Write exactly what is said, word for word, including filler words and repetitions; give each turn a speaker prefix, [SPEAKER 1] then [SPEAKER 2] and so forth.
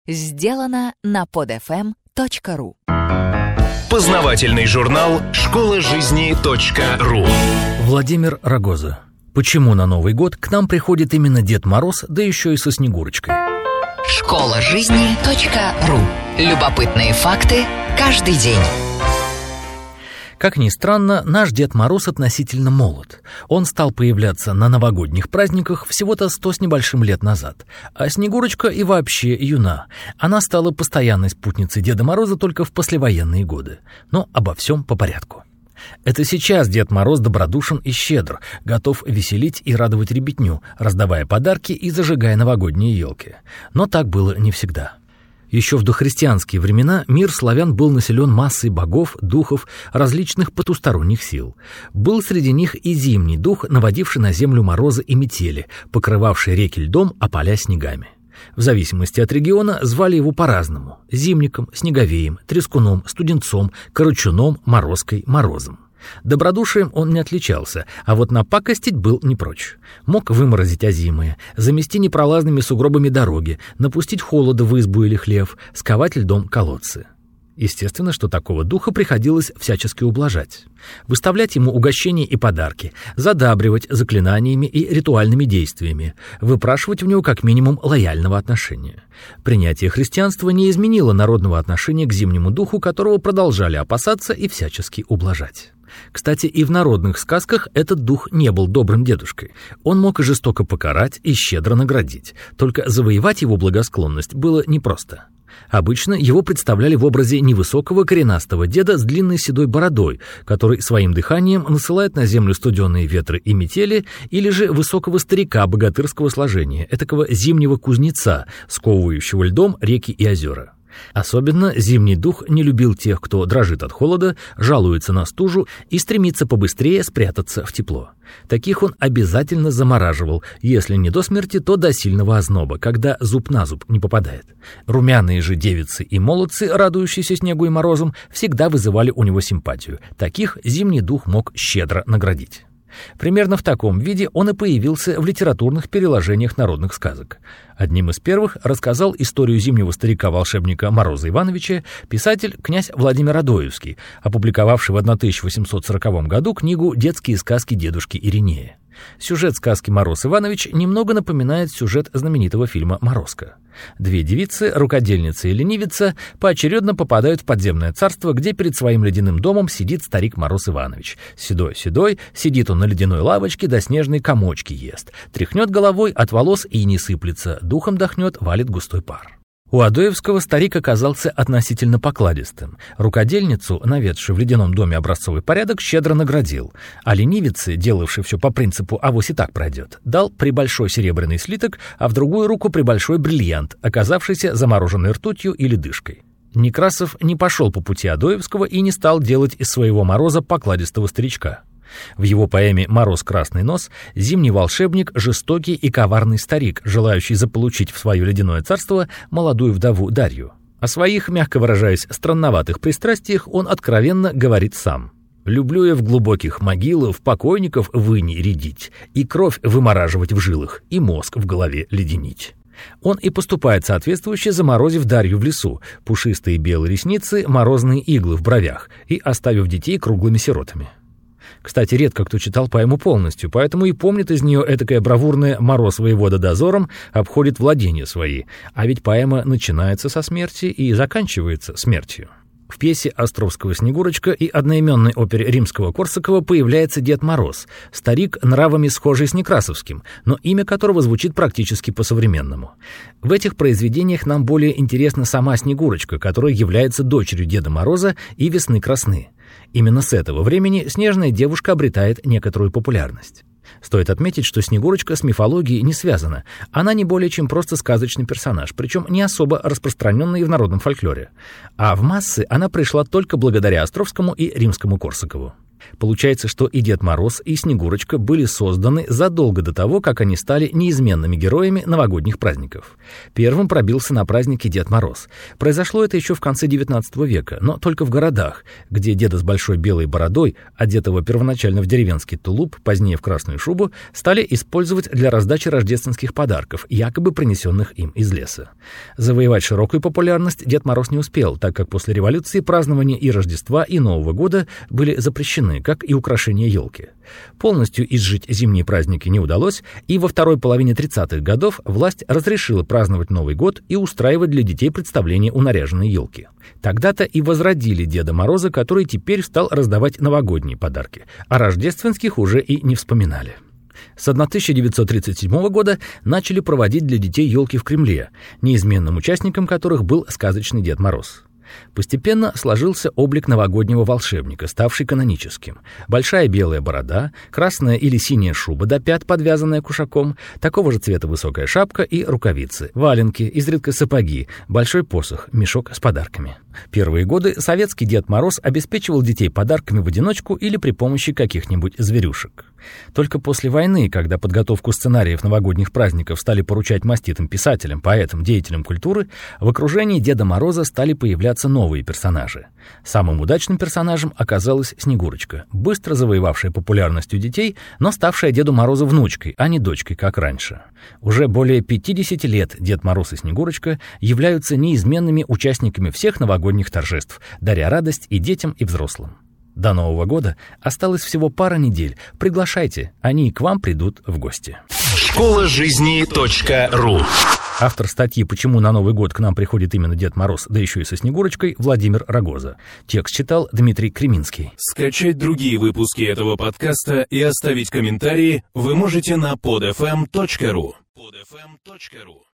[SPEAKER 1] Сделано на под эф эм точка ру.
[SPEAKER 2] Познавательный журнал школа жизни точка ру.
[SPEAKER 3] Владимир Рогоза. Почему на Новый год к нам приходит именно Дед Мороз, да еще и со Снегурочкой?
[SPEAKER 1] школа жизни точка ру. Любопытные факты каждый день.
[SPEAKER 3] Как ни странно, наш Дед Мороз относительно молод. Он стал появляться на новогодних праздниках всего-то сто с небольшим лет назад. А Снегурочка и вообще юна. Она стала постоянной спутницей Деда Мороза только в послевоенные годы. Но обо всем по порядку. Это сейчас Дед Мороз добродушен и щедр, готов веселить и радовать ребятню, раздавая подарки и зажигая новогодние елки. Но так было не всегда. Еще в дохристианские времена мир славян был населен массой богов, духов, различных потусторонних сил. Был среди них и зимний дух, наводивший на землю морозы и метели, покрывавший реки льдом, а поля снегами. В зависимости от региона звали его по-разному: зимником, снеговеем, трескуном, студенцом, корочуном, морозкой, морозом. Добродушием он не отличался, а вот напакостить был не прочь. Мог выморозить озимые, замести непролазными сугробами дороги, напустить холода в избу или хлев, сковать льдом колодцы. Естественно, что такого духа приходилось всячески ублажать. Выставлять ему угощения и подарки, задабривать заклинаниями и ритуальными действиями, выпрашивать у него как минимум лояльного отношения. Принятие христианства не изменило народного отношения к зимнему духу, которого продолжали опасаться и всячески ублажать. Кстати, и в народных сказках этот дух не был добрым дедушкой. Он мог и жестоко покарать, и щедро наградить. Только завоевать его благосклонность было непросто. Обычно его представляли в образе невысокого коренастого деда с длинной седой бородой, который своим дыханием насылает на землю студеные ветры и метели, или же высокого старика богатырского сложения, этакого зимнего кузнеца, сковывающего льдом реки и озера. Особенно зимний дух не любил тех, кто дрожит от холода, жалуется на стужу и стремится побыстрее спрятаться в тепло. Таких он обязательно замораживал, если не до смерти, то до сильного озноба, когда зуб на зуб не попадает. Румяные же девицы и молодцы, радующиеся снегу и морозам, всегда вызывали у него симпатию. Таких зимний дух мог щедро наградить. Примерно в таком виде он и появился в литературных переложениях народных сказок. Одним из первых рассказал историю зимнего старика-волшебника Мороза Ивановича писатель князь Владимир Адоевский, опубликовавший в тысяча восемьсот сороковом году книгу «Детские сказки дедушки Иринея». Сюжет сказки «Мороз Иванович» немного напоминает сюжет знаменитого фильма «Морозко». Две девицы, рукодельница и ленивица, поочередно попадают в подземное царство, где перед своим ледяным домом сидит старик Мороз Иванович. Седой-седой, сидит он на ледяной лавочке, да снежные комочки ест. Тряхнет головой, от волос и не сыплется, духом дохнет, валит густой пар. У Адоевского старик оказался относительно покладистым. Рукодельницу, наведшую в ледяном доме образцовый порядок, щедро наградил, а ленивице, делавшей все по принципу «авось и так пройдет», дал прибольшой серебряный слиток, а в другую руку прибольшой бриллиант, оказавшийся замороженной ртутью или дышкой. Некрасов не пошел по пути Адоевского и не стал делать из своего Мороза покладистого старичка. В его поэме «Мороз красный нос» зимний волшебник — жестокий и коварный старик, желающий заполучить в свое ледяное царство молодую вдову Дарью. О своих, мягко выражаясь, странноватых пристрастиях он откровенно говорит сам. «Люблю я в глубоких могилах покойников выни рядить, и кровь вымораживать в жилах, и мозг в голове леденить». Он и поступает соответствующе, заморозив Дарью в лесу, пушистые белые ресницы, морозные иглы в бровях и оставив детей круглыми сиротами. Кстати, редко кто читал поэму полностью, поэтому и помнит из нее этакое бравурное «Мороз воевода дозором обходит владения свои», а ведь поэма начинается со смерти и заканчивается смертью. В пьесе Островского «Снегурочка» и одноименной опере Римского-Корсакова появляется Дед Мороз, старик, нравами схожий с Некрасовским, но имя которого звучит практически по-современному. В этих произведениях нам более интересна сама Снегурочка, которая является дочерью Деда Мороза и Весны Красны. Именно с этого времени снежная девушка обретает некоторую популярность. Стоит отметить, что Снегурочка с мифологией не связана. Она не более чем просто сказочный персонаж, причем не особо распространенный в народном фольклоре. А в массы она пришла только благодаря Островскому и Римскому-Корсакову. Получается, что и Дед Мороз, и Снегурочка были созданы задолго до того, как они стали неизменными героями новогодних праздников. Первым пробился на праздники Дед Мороз. Произошло это еще в конце девятнадцатого века, но только в городах, где деда с большой белой бородой, одетого первоначально в деревенский тулуп, позднее в красную шубу, стали использовать для раздачи рождественских подарков, якобы принесенных им из леса. Завоевать широкую популярность Дед Мороз не успел, так как после революции празднование и Рождества, и Нового года были запрещены, как и украшение елки. Полностью изжить зимние праздники не удалось, и во второй половине тридцатых годов власть разрешила праздновать Новый год и устраивать для детей представления у наряженной елки. Тогда-то и возродили Деда Мороза, который теперь стал раздавать новогодние подарки, а рождественских уже и не вспоминали. С тысяча девятьсот тридцать седьмого года начали проводить для детей елки в Кремле, неизменным участником которых был сказочный Дед Мороз. Постепенно сложился облик новогоднего волшебника, ставший каноническим. Большая белая борода, красная или синяя шуба до пят, подвязанная кушаком, такого же цвета высокая шапка и рукавицы, валенки, изредка сапоги, большой посох, мешок с подарками. Первые годы советский Дед Мороз обеспечивал детей подарками в одиночку или при помощи каких-нибудь зверюшек. Только после войны, когда подготовку сценариев новогодних праздников стали поручать маститым писателям, поэтам, деятелям культуры, в окружении Деда Мороза стали появляться новые персонажи. Самым удачным персонажем оказалась Снегурочка, быстро завоевавшая популярность у детей, но ставшая Деду Морозу внучкой, а не дочкой, как раньше. Уже более пятьдесят лет Дед Мороз и Снегурочка являются неизменными участниками всех новогодних торжеств, даря радость и детям, и взрослым. До Нового года осталось всего пара недель. Приглашайте, они и к вам придут в гости.
[SPEAKER 2] школа жизни точка ру.
[SPEAKER 3] Автор статьи «Почему на Новый год к нам приходит именно Дед Мороз, да еще и со Снегурочкой» Владимир Рогоза. Текст читал Дмитрий Креминский.
[SPEAKER 2] Скачать другие выпуски этого подкаста и оставить комментарии вы можете на под эф эм точка ру. под эф эм точка ру